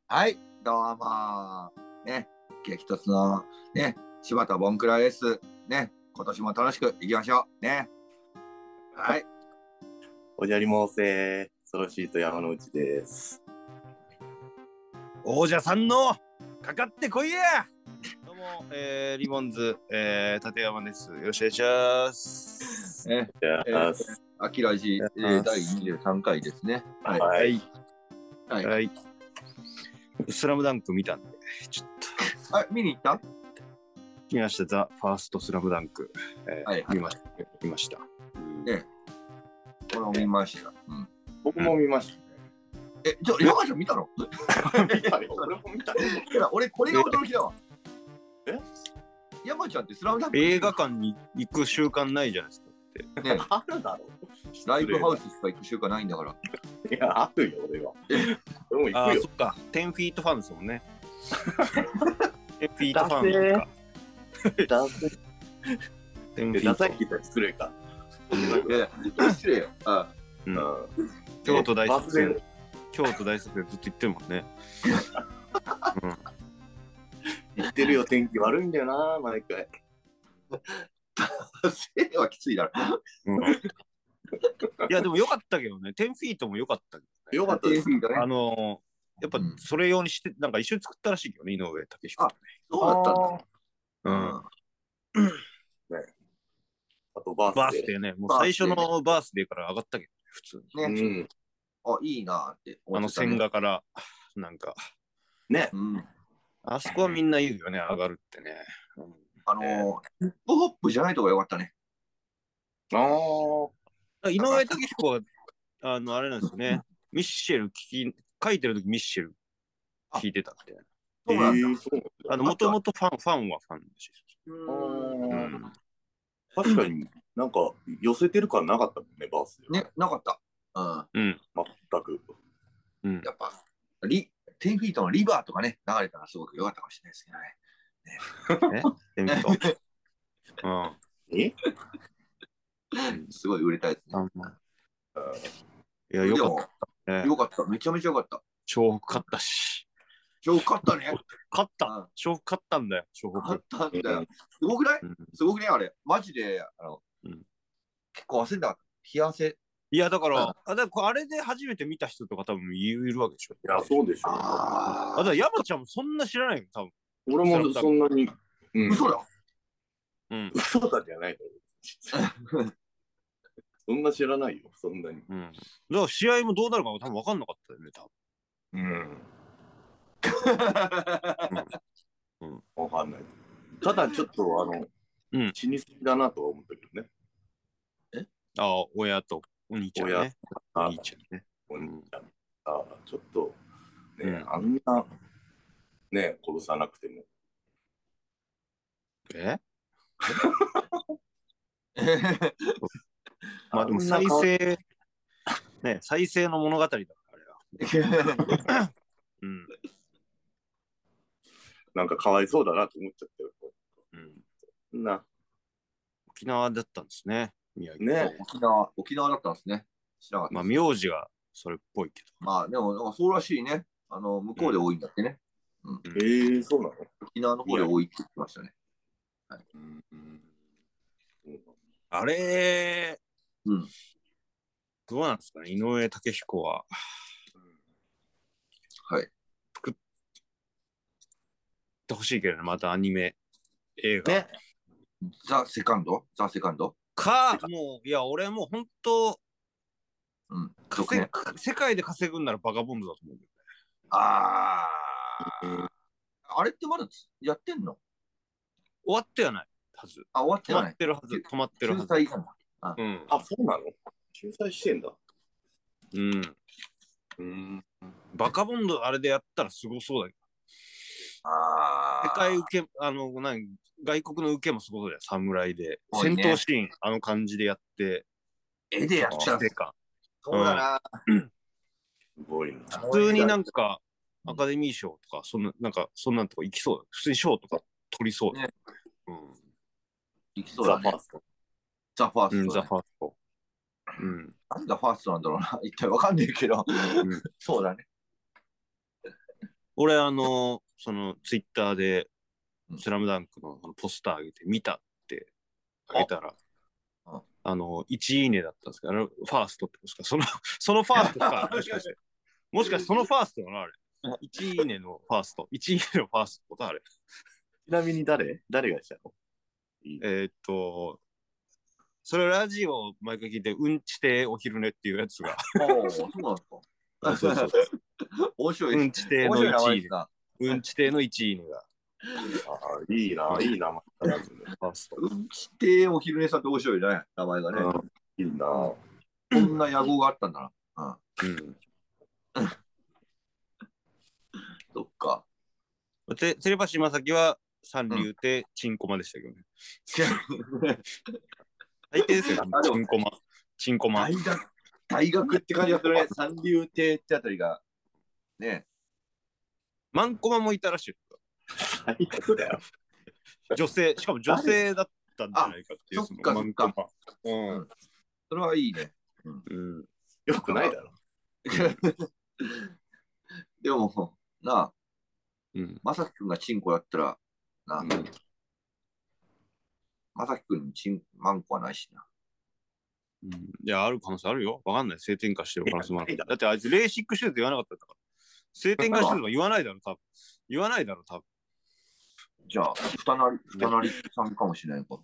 はい、どうもね、激突のね、柴田ボンクラレース、ね、今年も楽しくいきましょう。ね。はい。 おじゃりもうせソロシート山之内です。 王者さんのかかってこいや。どうも、リボンズ、立山です。よろしくお願いします。 アキラジ、第23回ですね。 はい。 はい。 はい。はい。スラムダンク見たんで、ちょっと。あ、見に行った？ 見ました。ザ・ファーストスラムダンク。見ました。 ね。これも見ました。うん。 僕も見ました。 山ちゃん見たの？ 見たよ。俺も見たよ。 俺、これが驚きだわ。山ちゃんってスラムダンク映画館に行く習慣ないじゃないですかって。 ね、あるだろ。 ライブハウスしか行く習慣ないんだから。 いや、あるよ、俺は。俺も行くよ。 そっか。10フィートファンですもんね。10フィートファンか。 ダサいって言ったら失礼か。 いや、失礼よ。 京都大卒でずっと言ってるもんね。 言ってるよ、天気悪いんだよな、毎回。 せいはきついだろ。 いや、でもよかったけどね。10フィートもよかったけどね。 よかったです。 やっぱそれ用にして、なんか一緒に作ったらしいけどね、井上武彦。 あ、そうだったんだ。 あとバースデーね。もう最初のバースデーから上がったけどね、普通に。あ、いいなって。 千賀から、なんか。 ね。 あそこはみんな言うよね、上がるってね。 ヒップホップじゃないとこがよかったね。 井上武彦は、あれなんですよね。ミッシェル書いてるときミッシェル聞いてたみたいな。 そうなんだ。 もともとファンはファンらしいです。 確かになんか寄せてる感なかったもんね、バースね、なかった。 全く。 やっぱ、10フィートのリバーとかね、流れたらすごく良かったかもしれないですけどね。すごい売れたやつね。 いや、よかった。 よかった。めちゃめちゃよかった。 超勝ったし。 超勝ったね。 勝った。超勝ったんだよ。 勝ったんだよ。すごくない？すごくね、あれ。マジで、結構焦んだ。冷や汗。 いや、だから、あれで初めて見た人とか多分いるわけでしょ。 いや、そうでしょ。 だから山ちゃんもそんな知らないよ、多分。 俺もそんなに。 嘘だ。 嘘だじゃないの。そんな知らないよ、そんなに。 だから試合もどうなるか多分分かんなかったよね、多分。分かんない。ただちょっと死にすぎだなとは思ったけどね。 親とお兄ちゃんね。お兄ちゃんね。 ちょっと、ね、あんな、ね、殺さなくても。 まあでも再生の物語だから、あれは。 なんかかわいそうだなと思っちゃったよ。 沖縄だったんですね。宮城ね。 沖縄だったんですね。知らなかった。 まあ名字がそれっぽいけど。 まあでもそうらしいね。向こうで多いんだってね。 そうなの？ 沖縄の方で多いって言ってましたね。 あれ、どうなんですかね、井上武彦は。 はい。 作ってほしいけどね、またアニメ、映画。 ザ・セカンドか、もう、いや、俺もう本当、世界で稼ぐんならバカボンドだと思うけどね。 あれってまだやってんの？ 終わってはないはず。 終わってはない。 止まってるはず。 救済なんだ。 そうなの？救済してんだ。 バカボンドあれでやったらすごそうだけど。世界受け、外国の受けもすごそうだよ、侍で。戦闘シーン、あの感じでやって。 絵でやっちゃう。そうだな。 すごいな。 普通になんか、アカデミー賞とか、そんなんとか行きそうだ。普通に賞とか取りそうだ。 行きそうだね。ザ・ファースト。 ザ・ファースト。 なんだファーストなんだろうな。一体わかんないけど。そうだね。 俺、そのツイッターでうんスラムダンクのポスター上げて見たって書いたら、 あ 1いいねだったんですけど、ファーストってことですか？そのファーストか、もしかして。もしかしてそのファーストなのあれ。1いいねのファースト。1いいねのファーストことあれ。 ちなみに誰がしたの？ それラジオ毎回聞いて、うんちてお昼寝っていうやつが。 そうなんですか。 そうそう。 面白いうんちての面白い名前 1いいね。 ですな。 うんちての1いいねが。 いいな、いい名前だね。 ファースト。 うんちてお昼寝さんって面白いね、名前がね。 いいな。 こんな野望があったんだな。そっか。 テレパシー正樹は三流亭チンコマでしたけどね。最低ですよ、チンコマ。チンコマ。 大学って感じがするね。三流亭ってあたりが。ね。 マンコマもいたらしい。 最悪だよ。 女性、しかも女性だったんじゃないかっていう、 そっかマンコマ。 それはいいね。 よくないだろ。 でも、なあ、まさきくんがチンコだったら、なあ、まさきくんにマンコはないしな。 いや、ある可能性あるよ。わかんない。性転換してる可能性もある。だってあいつレーシック手術言わなかったんだから。性転換手術は言わないだろ、多分。言わないだろ、多分。 じゃあ、二なりさんかもしれないか。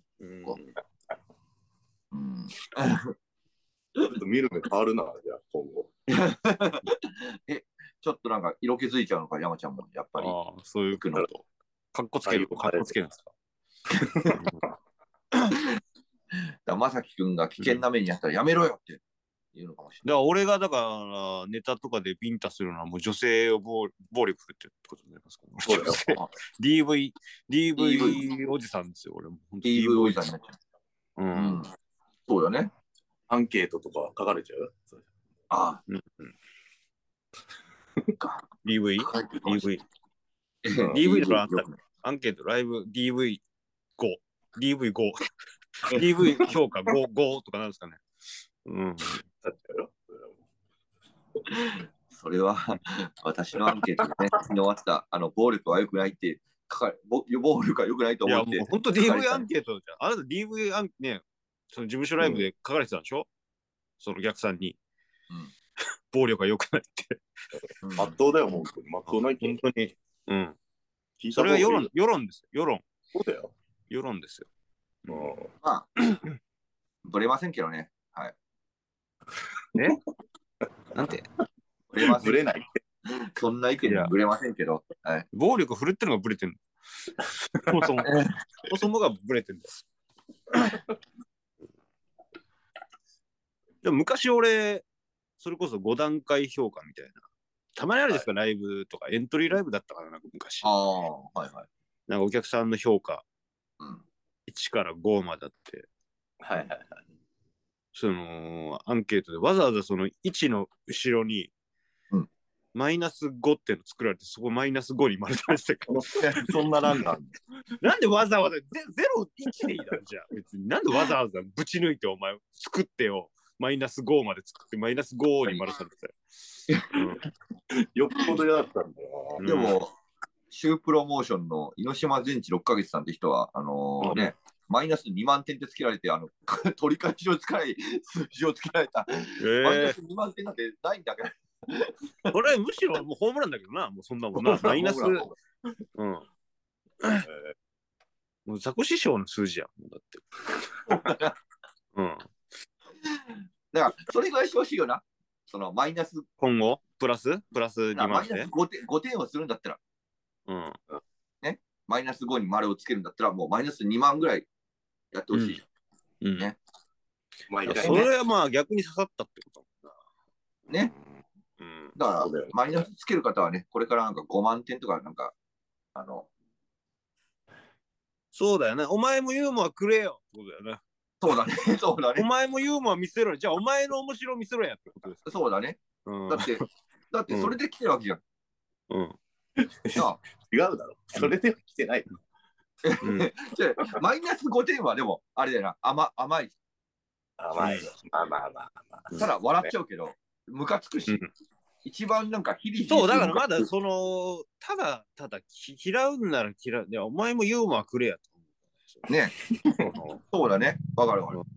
ちょっと見る目変わるな、じゃあ、今後。 ちょっとなんか色気づいちゃうのか、山ちゃんも、やっぱり。 ああ、そういうのと。かっこつけるんですか。 まさきくんが危険な目にやったらやめろよって言うのかもしれない。 だから俺がだからネタとかでビンタするのはもう女性を暴力振ってるってことになりますから、 そうだよ。 DV おじさんですよ、俺も。 DV おじさんになっちゃう。そうだね。 アンケートとか書かれちゃう？ ああ。 DV とかあったアンケート、ライブ DV5。DV5。DV 評価5とかなんですかね。 それは、私のアンケートでね、昨日あった、暴力は良くないって、暴力は良くないと思って。 いや、もう本当 DV アンケートじゃん。あなた DV アンね、その事務所ライブで書かれてたんでしょ？その逆さんに。暴力は良くないって。 まっとうだよ、本当に。まっとうな意見。 本当に。それは世論ですよ。世論。 そうだよ。 世論ですよ。 まあ、ぶれませんけどね。はい。 なんてぶれない。そんな意見にぶれませんけど。はい。 暴力振るってのがぶれてんの。そもそもがぶれてんだよ。でも昔俺、それこそ5段階評価みたいな。たまにあるですか、ライブとか、エントリーライブだったかな、なんか昔。 はいはい。 なんかお客さんの評価、1から5まであって、そのアンケートでわざわざその1の後ろに、マイナス5っていうの作られて、そこマイナス5に丸出してる。 そんな欄があるの？ なんでわざわざ0、1でいいだろ、じゃあ。別に。なんでわざわざぶち抜いてお前作ってよ。マイナス5まで作って、マイナス5に丸されてたよ。 よっぽど嫌だったんだよ。 でも、シュープロモーションの猪島全治6ヶ月さんって人は、マイナス2万点ってつけられて、取り返しのつかない数字をつけられた。マイナス2万点なんてないんだけど。 これむしろもうホームランだけどな、もうそんなもんな。マイナス。もうザコ師匠の数字やん、だって。 だから、それぐらいしてほしいよな。そのマイナス。 今後プラス2万マイナス5点をするんだったら。ね。マイナス5に丸をつけるんだったら、もうマイナス2万ぐらいやってほしい。ね。 それはまあ逆に刺さったってことね。だから、マイナスつける方はね、これからなんか5万点とか、なんか、 そうだよね。お前もユーモアくれよってことだよね。 そうだね。そうだね。 お前もユーモア見せろよ。じゃあお前の面白見せろやってことです。 そうだね。だってそれで来てるわけじゃん。 違うだろ。それでは来てない。 マイナス5点はでも、あれだよな。甘い。 甘い。まあ。 ただ笑っちゃうけど、ムカつくし。 一番なんかヒリヒリそう、だからまだその、ただ嫌うんなら嫌う。いや、お前もユーモアくれやと思う。 ね。そうだね。わかるわかる。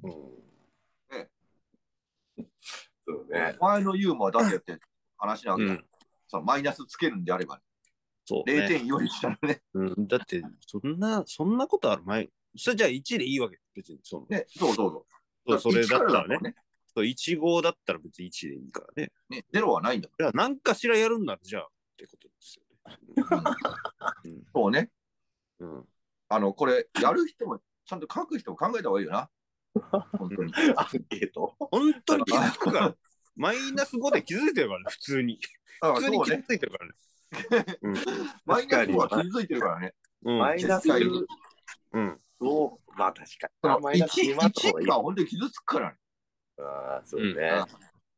そうね。 お前のユーモアだけやって話なわけだ。そのマイナスつけるんであれば、 そうね。 0点よりしたらね。 だって、そんなことある前。それじゃあ1でいいわけ。別に。 ね、そう。 それだったらね。1号だったら別に1でいいからね。 ね、0はないんだじゃあ何かしらやるんならじゃあってことですよね。 そうね。これ、やる人も、ちゃんと書く人も考えた方がいいよな。本当に。 アンケート本当に気づくから。マイナス5で気づいてるからね、普通に。普通に気づいてるからね。 マイナス5は気づいてるからね。 マイナス5、まあ確かに。マイナス2万とか 1は本当に傷つくからね。 ああ、そうね。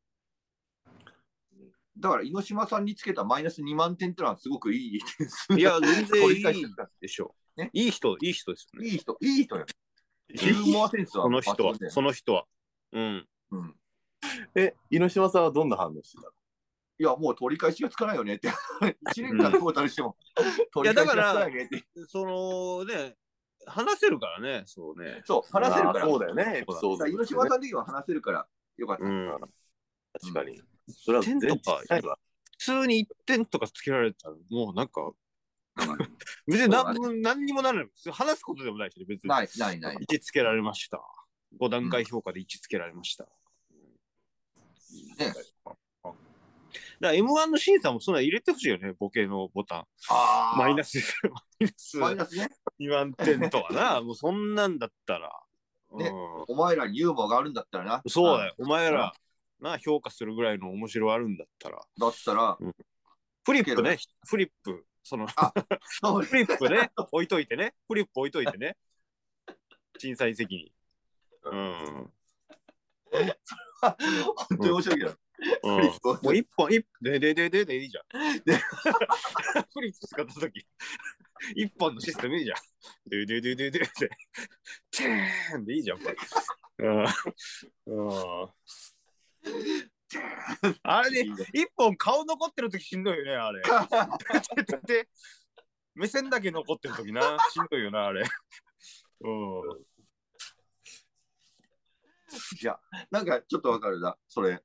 だから、猪島さんにつけたマイナス2万点ってのはすごくいい点数。 いや、全然いいでしょう。 ね、 いい人ですよね。 いい人よ。ユーモアセンスはその人は。 猪島さんはどんな反応してたの？ いや、もう取り返しがつかないよねって。1年間トータルしても、取り返しがつかないねって。 そのね、話せるからね、そうね。 そう、話せるから。 そうだよね。 猪島さん的には話せるから、よかった。 確かに。それは点とか、普通に1点とかつけられたら、もうなんか、別に何にもならない。話すことでもないしね、別に。 ない。 1つけられました。5段階評価で1つけられました。 ね。 だから M1 の審査もそんな入れてほしいよね、ボケのボタン。マイナスね。 2万点とかな、もうそんなんだったら。 ね、お前らにユーモアがあるんだったらな。 そうだよ、お前らな、評価するぐらいの面白あるんだったら。フリップね、フリップ、フリップね、置いといてね、フリップ置いといてね。審査員席に。 本当に面白いけど。 もう一本でいいじゃん。フリップ使ったとき、一本のシステムいいじゃん。で、チェーンでいいじゃん、これ。あれね、一本顔残ってるときしんどいよね、あれ。目線だけ残ってるときな、しんどいよな、あれ。 いや、なんかちょっとわかるな、それ。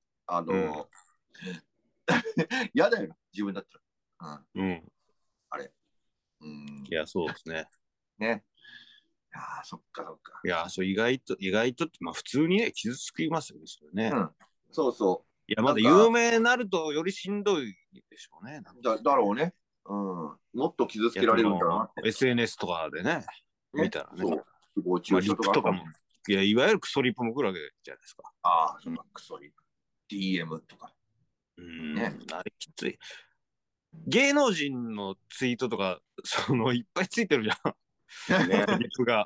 嫌だよ、自分だったら。あれ。 いや、そうですね。 ね。いや、そっか。 いや、そう、意外とって、まあ普通にね、傷つきますよね、それね。 そう。 いや、まだ有名になるとよりしんどいでしょうね。 だろうね。もっと傷つけられるんだなって。 SNS とかでね、見たらね。 リップとかも。いや、いわゆるクソリップも来るわけじゃないですか。 そうか、クソリップ。DM とか。 あれきつい。芸能人のツイートとか、いっぱいついてるじゃん。リップが。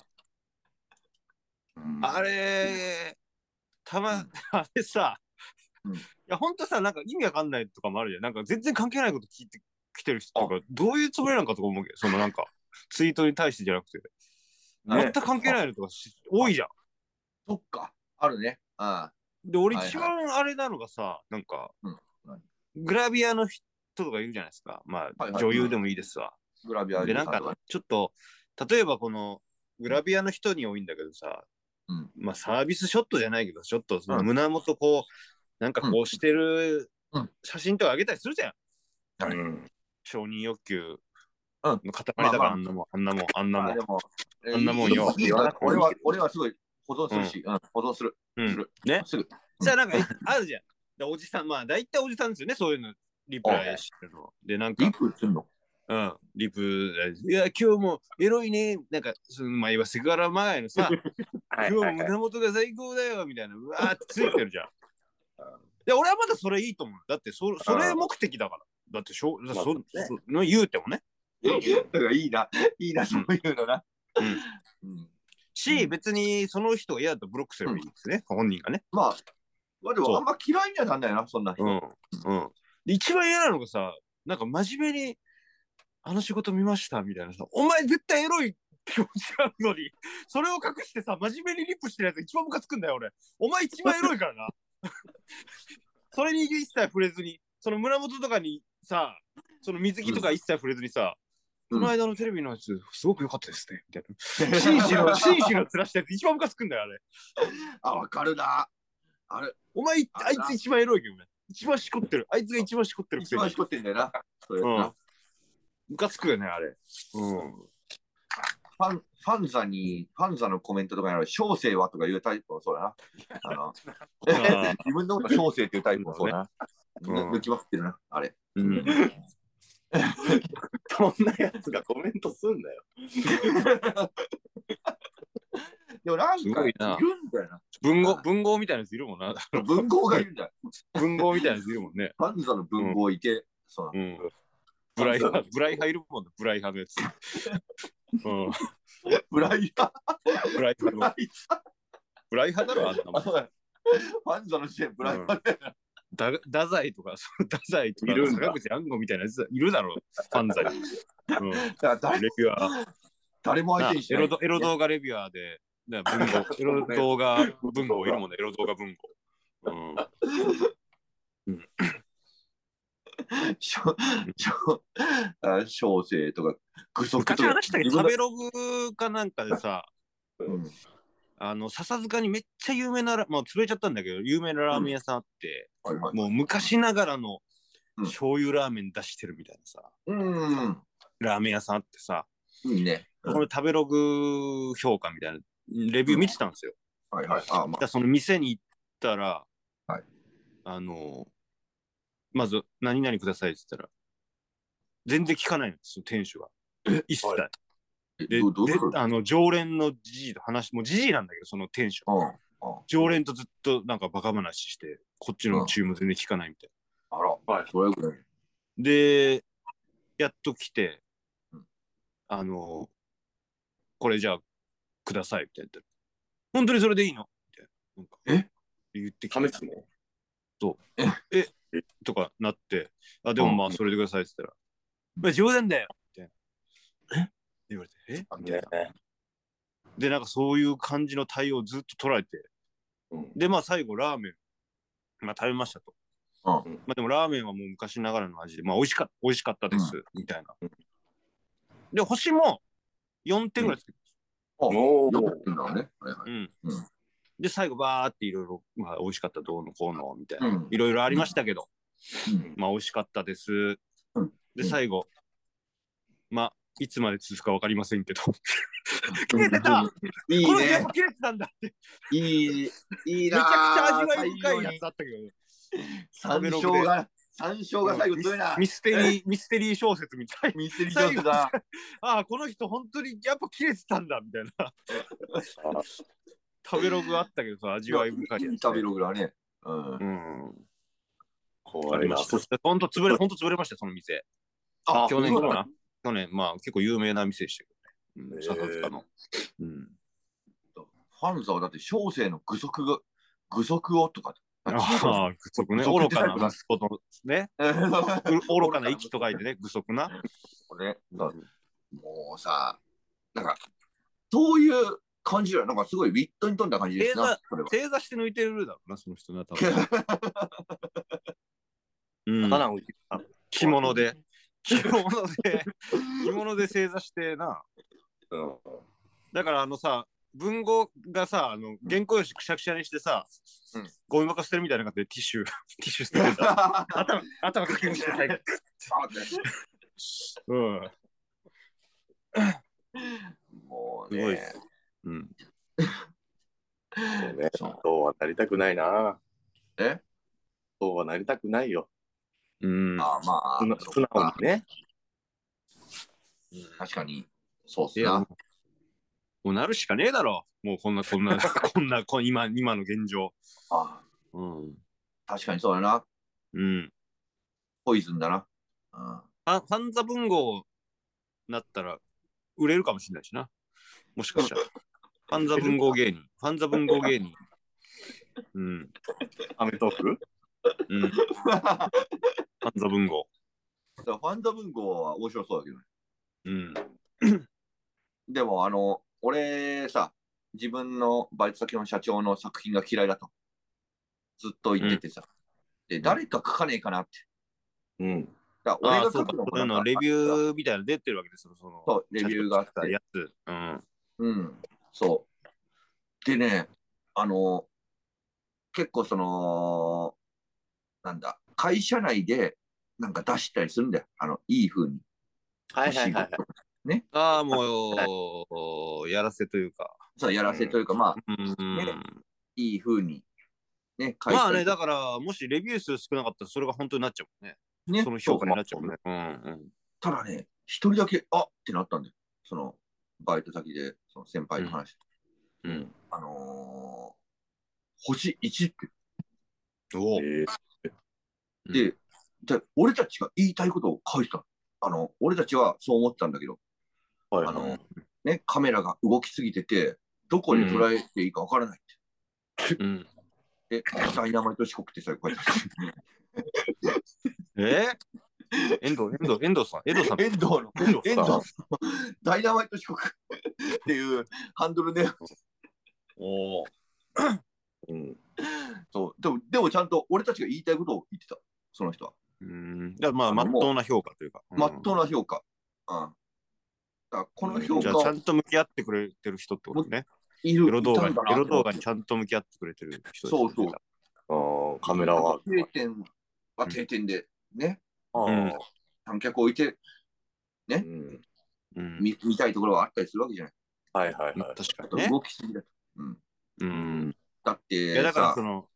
あれさ、いや、ほんとさ、なんか意味わかんないとかもあるじゃん。なんか全然関係ないこと聞いてきてる人とか、どういうつもりなんかとか思うけど、なんか、ツイートに対してじゃなくて、全く関係ないのとか多いじゃん。 そっか、あるね。 で、俺一番あれなのがさ、なんか、グラビアの人とかいるじゃないですか。まあ、女優でもいいですわ。 グラビアで、なんか、ちょっと、例えばこの、グラビアの人に多いんだけどさ、まあ、サービスショットじゃないけど、ちょっと胸元こう、なんかこうしてる写真とかあげたりするじゃん。承認欲求の塊だから、あんなもんよ。 俺はすごい保存するし、保存する。 ね。じゃあなんか、あるじゃん。おじさん、まあ、大体おじさんですよね、そういうの、リプライしてるの。で、なんか、 リプするの？ リプ、いや、今日もエロいね、なんか、まあ、いわセクハラまがいのさ、今日も胸元が最高だよ、みたいな、うわーってついてるじゃん。で、俺はまだそれいいと思う。だって、それ目的だから。だって、言うてもね。 だからいいな、そういうのな。 別にその人が嫌だとブロックすればいいんですね、本人がね。 まあでもあんま嫌いにはなんないな、そんな人。 一番嫌なのがさ、なんか真面目に、あの仕事見ましたみたいなさ、お前絶対エロい気持ちあるのに、それを隠してさ、真面目にリップしてるやつ一番ムカつくんだよ、俺。お前一番エロいからな。それに一切触れずに、 その胸元とかにさ、その水着とか一切触れずにさ、この間のテレビのやつ、すごく良かったですね、みたいな。紳士の面したやつ一番ムカつくんだよ、あれ。 あ、わかるな。あれ。 お前、あいつ一番エロいけどね。一番しこってる。あいつが一番しこってる。 一番しこってんだよな。そうやな。 ムカつくよね、あれ。 ファンザのコメントとかにある、小生はとかいうタイプもそうだな。自分のこと小生っていうタイプもそうだな。抜きまくってるな、あれ。 そんなやつがコメントすんだよ。 でもなんかいるんだよな。 文豪みたいなやついるもんな。 文豪がいるんだよ。 文豪みたいなやついるもんね。 ファンザの文豪いて、そう。 ブライ派いるもんね、ブライ派のやつ。 ブライ派だろ、あんなもん。 ファンザの時点ブライ派だよな。 太宰とか、坂口安吾みたいなやついるだろう、ファンザに。レビュアー。 誰も相手にしない。 エロ動画レビュアーで、エロ動画文豪いるもんね、エロ動画文豪。 小生とか、具足とか。 昔話したけど、食べログかなんかでさ、笹塚にめっちゃ有名な、もう潰れちゃったんだけど、有名なラーメン屋さんあって、もう昔ながらの醤油ラーメン出してるみたいなさ、ラーメン屋さんあってさ、 いいね。 これ食べログ評価みたいなレビュー見てたんですよ。その店に行ったら、まず何々くださいって言ったら、全然聞かないんですよ、店主が。一切。で、常連のじじいと話して、もうじじいなんだけど、その店主。常連とずっとなんかバカ話して、こっちの注文全然聞かないみたいな。あら、それぐらい。 で、やっと来て、これじゃあ、くださいみたいな。本当にそれでいいのみたいな。言ってきて。 試すの？ そう。とかなって、でもまあ、それでくださいって言ったら、まあ、冗談だよみたいな。言われて、みたいな。で、なんかそういう感じの対応をずっと取られて、で、まあ最後ラーメン、まあ食べましたと。まあでもラーメンはもう昔ながらの味で、まあ美味しかったです、みたいな。で、星も4点ぐらいつけてで、最後バーっていろいろ、まあ美味しかったどうのこうの、みたいな。いろいろありましたけど、まあ美味しかったです。で、最後、まあ、いつまで続くか分かりませんけど。切れてた！いいね。切れてたんだって。 いいめちゃくちゃ味わい深いやつあったけど。 山椒が最後強いな。 ミステリー小説みたい。 ミステリー小説だ。 ああ、この人本当にやっぱ切れてたんだみたいな。食べログあったけどさ、味わい深いやつ。 食べログだね。 ありました。本当潰れました、その店。去年かな。去年、まあ結構有名な店でしたけどね。笹塚の。 ファンザはだって小生の具足をとか。 具足ね。愚かな息子のね。愚かな息と書いてね、具足な。 もうさ、なんか、そういう感じだよ。なんかすごいウィットに富んだ感じですな。 正座して抜いてるだろうな、その人な、多分。着物で正座してな。だからさ、文豪がさ、原稿用紙くしゃくしゃにしてさ、ゴミ箱捨てるみたいな感じでティッシュ捨ててさ、頭かきむして最後。 もうね。 そうはなりたくないな。そうはなりたくないよ。 まあ、 素直にね。 確かに、そうっすな。 もうなるしかねえだろ。もうこんな今の現状。 確かにそうだな。ポイズンだな。 ファンザ文豪なったら売れるかもしれないしな。もしかしたら。ファンザ文豪芸人。 アメトーク？ ファンザ文豪。 ファンザ文豪は面白そうだけどね。でも俺さ、自分のバイト先の社長の作品が嫌いだとずっと言っててさ、で誰か書かねえかなってうん。 だから俺がそうか、 書くのそういうのレビューみたいなの出てるわけですよ、 そう、レビューがあって。 やつ。うん。 うん。そう。でね、結構なんだ、会社内でなんか出したりするんだよ。いい風に。 はいはい仕事はいはい。 ね。 もう、やらせというか。 そう、やらせというか、まうあ、ね、 ん。 いい風にね、書いまあね、 たりとか。 だから、もしレビュー数少なかったら、それが本当になっちゃうもんね。そね、 の評価そうそう。 になっちゃうもんね。うんただね、一人だけ、あってなったんだよ。バイト先で、その先輩と話して。 うん。うん。 星1って。 おお。 で、俺たちが言いたいことを書いてた。俺たちはそう思ってたんだけど、 はいはい。 ね、カメラが動きすぎてて、どこで捉えていいかわからないって。 うん。 で、ダイナマイト四国ってさ、こうやって。 遠藤さん。遠藤さん。 遠藤の、遠藤のダイナマイト四国っていうハンドルで、 おお。 うん。 そう、でもちゃんと俺たちが言いたいことを言ってた、その人は。 じゃあまあ、まっとうな評価というか。 まっとうな評価。だからこの評じゃあ、 価をちゃんと向き合ってくれてる人ってことね。 いる、 エロ動画いたんだなエロ動画にちゃんと向き合ってくれてる人ですね。 そうそう。 カメラは。 定点は定点で、ね。 うん観客置いて、ね。見たいところがあったりするわけじゃない。 はいはいはい。 確かにね。 動きすぎだと。だっていや、だから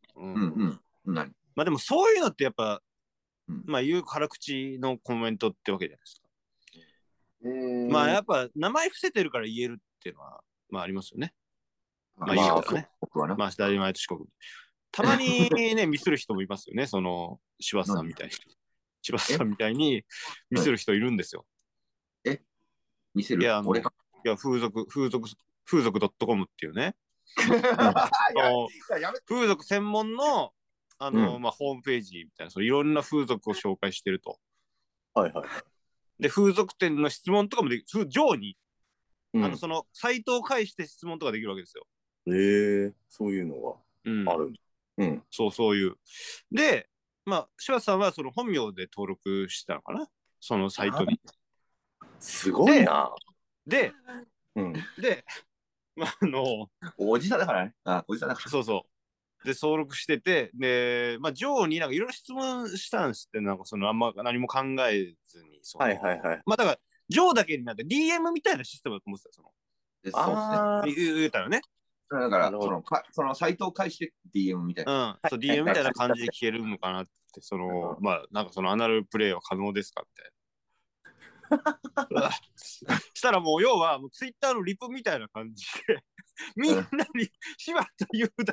まあでもそういうのってやっぱ、まあ言う辛口のコメントってわけじゃないですか。まあやっぱ名前伏せてるから言えるっていうのは、まあありますよね。まあ言うからね。まあ、当たり前と四国。たまにね、ミスる人もいますよね。柴田さんみたいに。柴田さんみたいにミスる人いるんですよ。 見せる？ いや、風俗 .com っていうね。風俗専門の、まあ、ホームページみたいな、いろんな風俗を紹介してると。 はいはい。 で、風俗店の質問とかもできる、上に、サイトを介して質問とかできるわけですよ。 そういうのがある。 そういう。で、まあ、柴田さんはその本名で登録したのかな、そのサイトに。 すごいな。 で、まあ、 おじさんだからね。おじさんだから。 そうそう。で、登録してて、で、まあ、ジョーになんかいろいろ質問したんですって、なんかあんま何も考えずに、 はいはいはい。 まあ、だから、ジョーだけになって DM みたいなシステムだと思ってた、そうですね。 言うたらね。 だから、そのサイトを介して DM みたいな。 そう、DM みたいな感じで聞けるのかなって、まあ、なんかアナルプレイは可能ですかみたいな。したらもう要はもうツイッターのリプみたいな感じでみんなに柴田雄大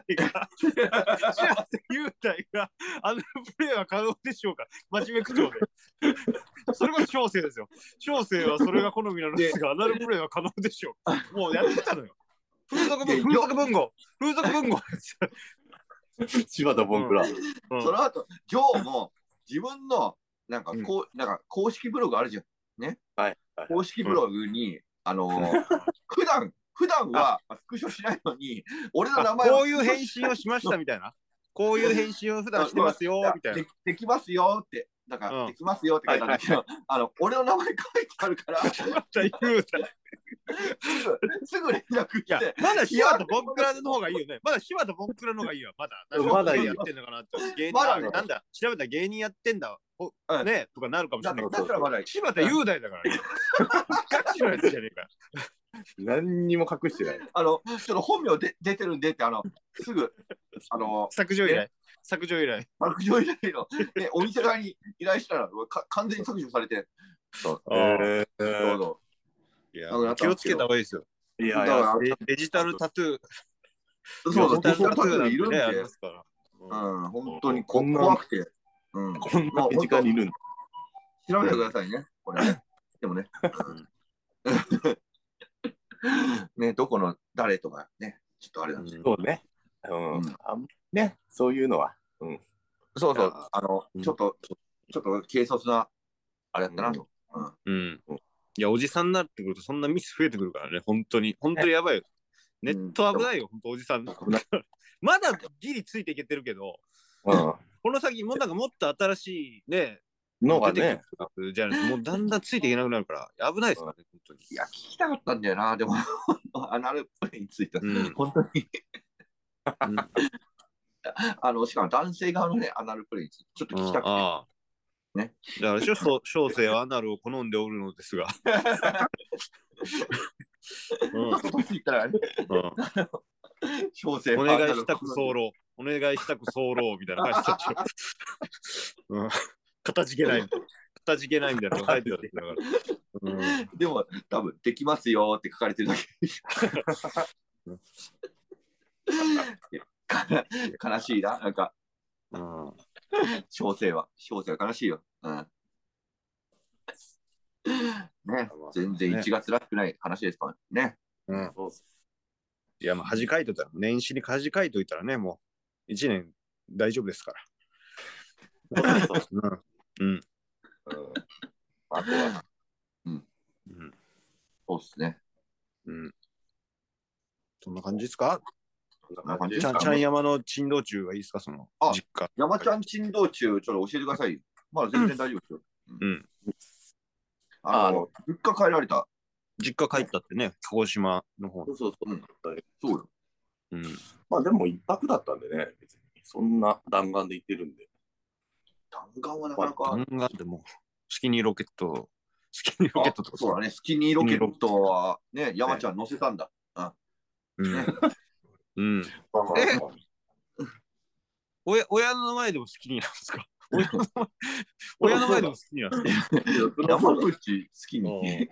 がアナルプレイは可能でしょうか、真面目口調でそれこそ小生ですよ。小生はそれが好みなのですがアナルプレイは可能でしょう。もうやってたのよ。風俗文語柴田ボンクラ。 その後ジョーも自分のなんか公式ブログあるじゃんね。公式ブログに普段はスクショしないのに俺の名前こういう返信をしましたみたいな。こういう返信を普段してますよみたいな。 できますよって。なんか、できますよって書いてあるんだけど、俺の名前書いてあるから、すぐ連絡して。 まだ柴田ボンクラの方がいいよね。まだ柴田ボンクラの方がいいわ。まだやってんのかなって。芸人なんだ、調べたら芸人やってんだ。ねとかなるかもしれないけど。柴田雄大だからね。ガチのやつじゃねえか。 何にも隠してない。 ちょっと本名出てるんでって、すぐ、 削除依頼の、お店側に依頼したら、完全に削除されて、 気をつけた方がいいですよ。 いや、 デジタルタトゥー。 そうデジタルタトゥーいるんで、本当に怖くて、 こんな身近にいるんだ。 調べてくださいね、これね。でもね。ね、どこの誰とかね、ちょっとあれなんですよ。そうね。ね、そういうのは。 そう。ちょっと軽率な、あれだったなと。 いや、おじさんになってくると、そんなミス増えてくるからね、本当にやばいよ。ネット危ないよ、本当、おじさん。まだギリついていけてるけど、この先、もっと新しいね、 のがね。 じゃあ、もうだんだんついていけなくなるから、危ないですからね、本当に。 いや、聞きたかったんだよな、でも、アナルプレイについては、本当に。しかも男性側のね、アナルプレイについて、ちょっと聞きたくて。ね。 だから小生はアナルを好んでおるのですが。 そう言ったらね。小生お願いしたく候。お願いしたく候みたいな感じでしょ。かたじけないみたいなの書いてあるから。 でも、多分できますよって書かれてるだけ。悲しいな、なんか。小生は悲しいよ。ね、全然1月らしくない話ですからね。 いや、まあ、恥かいといたら、年始に恥かいといたらね、もう1年大丈夫ですから。 あとは、 そうっすね。 そんな感じですか？ちゃん山の珍道中がいいですか、その実家。 山ちゃん珍道中、ちょっと教えてくださいよ。まだ全然大丈夫ですよ。実家帰られた。 実家帰ったってね、鹿児島の方。 そうよ。 まあでも一泊だったんでね、別に。そんな弾丸で行ってるんで。 弾丸はなかなか。 弾丸でも、スキニーロケットとか。 そうだね、スキニーロケットはね、山ちゃん乗せたんだ。 親の前でもスキニーなんですか？親の前でもスキニーなんですか？ 山口スキニー。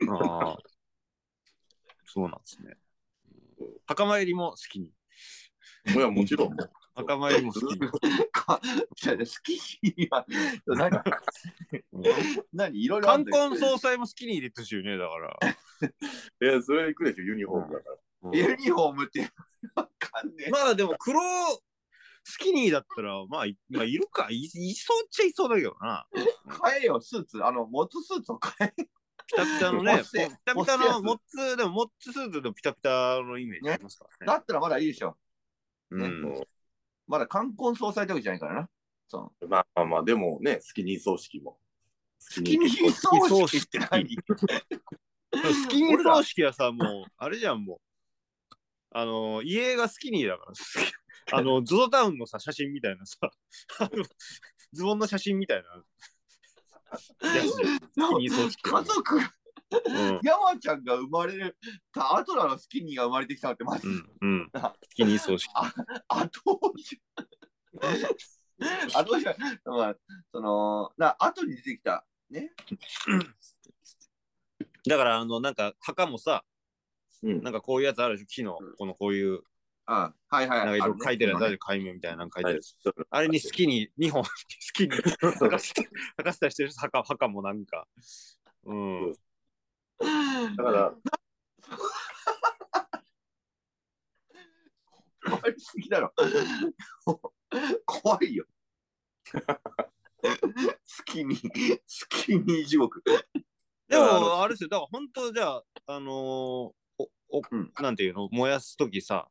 そうなんですね。墓参りも好きに。 いや、もちろん。 墓参りも好きに。 好きには、何いろいろ。 冠婚葬祭も好きに入れてほしいよね、だから。 いや、それ行くでしょ、ユニフォームだから。 ユニフォームって、わかんねえ。 まあでも、スキニーだったら、まあ、いるか。いそうっちゃいそうだけどな。 買えよ、スーツ。モッツスーツを買え。 ピタピタのね、ピタピタのモッツ、でもモッツスーツでもピタピタのイメージありますからね。 だったらまだいいでしょ。まだ冠婚葬祭ってわけじゃないからな。 まあ、でもね、スキニー葬式も。 スキニー葬式って何？ スキニー葬式はさ、もう、あれじゃん、もう。家がスキニーだから。ゾゾタウンのさ、写真みたいなさ、ズボンの写真みたいな。 家族、山ちゃんが生まれた後なのスキニーが生まれてきたのってまず、 スキニー葬式。 後に出てきたね。 だからなんか墓もさ、なんかこういうやつあるでしょ、木のこういう。 はいはい。 なんか書いてるやつある、海面みたいなの書いてるやつ。あれにスキニー、2本、スキニー、履かせたりしてる墓もなんか。 だから、 怖いすぎだろ。怖いよ。スキニー地獄。 でも、あれですよ、だから本当じゃあ、なんていうの、燃やすときさ、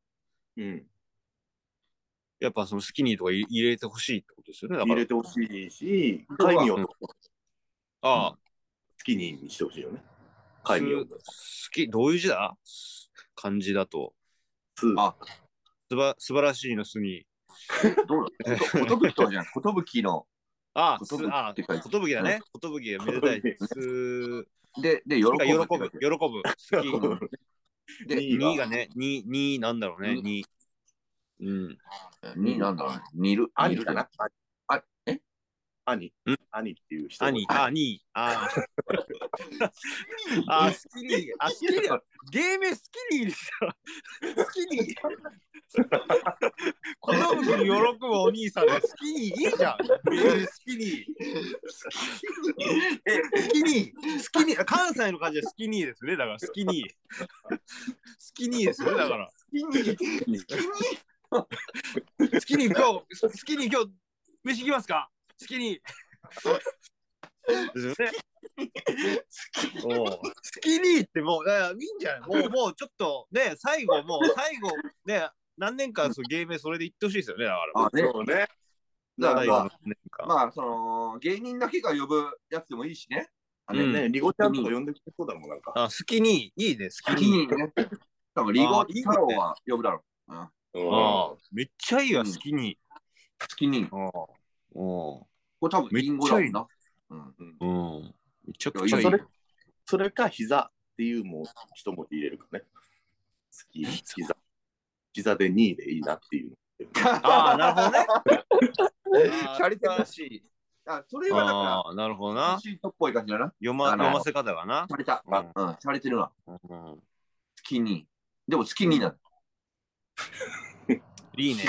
やっぱそのスキニーとか入れてほしいってことですよね。 入れてほしいし、戒名とかスキニーにしてほしいよね。戒名。 どういう字だ？漢字だと。素晴らしいのスに。 ことぶきとじゃん。ことぶきの。 ことぶきだね。ことぶきがめでたい。 で、喜ぶ。 好き。で、2がね、2なんだろうね、2。 2なんだろうね。煮るかな。 兄っていう人。 スキニー。芸名スキニーですよ。スキニー。子供に喜ぶお兄さんでスキニーいいじゃん。スキニー。関西の感じでスキニーですね。だからスキニーですよね。だから。スキニー今日飯行きますか？スキニーですよね。スキニーってもういいんじゃない？もうちょっとね、最後ね、何年間芸名それで言ってほしいですよね。だから。 そうね。 だからまあ、 年間。 まあ、その、芸人だけが呼ぶやつでもいいしね。 ね、リゴちゃんとか呼んでくれそうだもん、なんか。 あ、好きに、いいね、好好きに。 きにね。多分リゴ太郎は呼ぶだろう。 ああ、めっちゃいいわ、好きに。 好きに。これ多分リンゴだもんな。 めちゃくちゃいい。 それか、膝っていうも一文字入れるかね。好き、膝。膝で2位でいいなっていう。 ああ、なるほどね。 シャレてるらしい。それはだから、 なるほどな。 シートっぽい感じだな。 読ませ方がな。 シャレた。シャレてるな。好きに。でも好きになる。 いいね。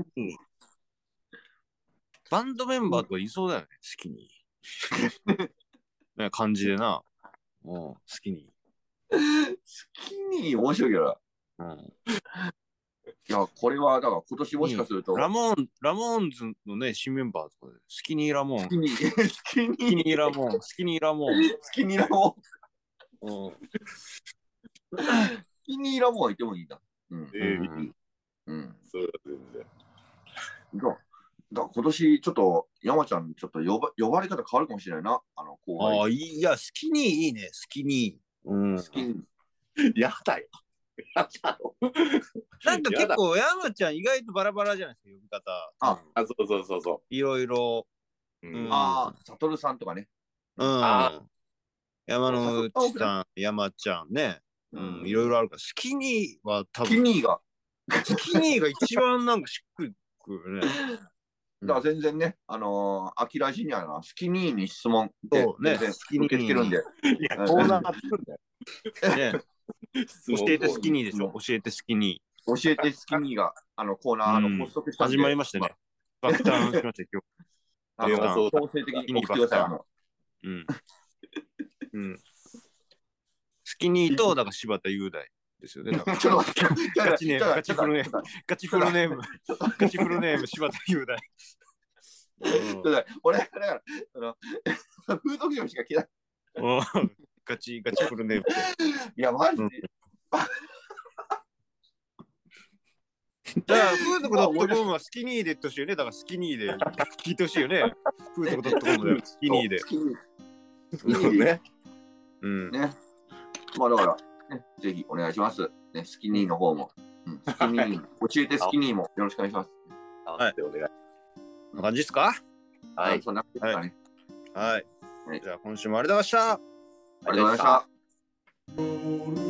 バンドメンバーとかいそうだよね、好きに。感じでな。好きに。 好きに面白いけどな。いや、これはだから今年もしかすると。 ラモーンズのね、新メンバーとかで、スキニーラモーン。スキニーラモーン。スキニーラモーン。 スキニーラモーン。スキニーラモーンいてもいいんだ。そうだ、全然。だ今年ちょっと山ちゃんちょっと呼ばれ方変わるかもしれないな。 いや、スキニーいいね、スキニー。 スキニー。やだよ。 なんか結構山ちゃん意外とバラバラじゃないですか、呼び方。 そう。 いろいろ。 サトルさんとかね。 山内さん、山ちゃんね。いろいろあるから。スキニーは多分。スキニーが一番なんかしっくりくるね。 だから全然ね、アキラジニアのスキニーに質問で、 ね、スキニー受け付けるんで。 コーナー作るんだよ。 ね。教えてスキニーでしょ。教えてスキニー。教えてスキニーが、コーナー、発足したんで。 始まりましたね。爆誕しましたよ、 今日。強制的に送ってください。スキニーと、だから柴田雄大ですよね。 ちょっと待って、 ガチフルネーム、柴田雄大。 俺、だから、フード業しか聞いない。 ガチフルネーム。 いや、マジで。 じゃあ、フードコ.comはスキニーで言ってほしいよね。だからスキニーで聞いてほしいよね。フードコ.comでスキニーで。 スキニーね。ね。まあだから、ね、ぜひお願いします。ね、スキニーの方も。スキニー、教えてスキニーもよろしくお願いします。 はい。お願い。 こんな感じですか？ はい。そんな感じですかね。 はい。じゃあ今週もありがとうございました。 ありがとうございました。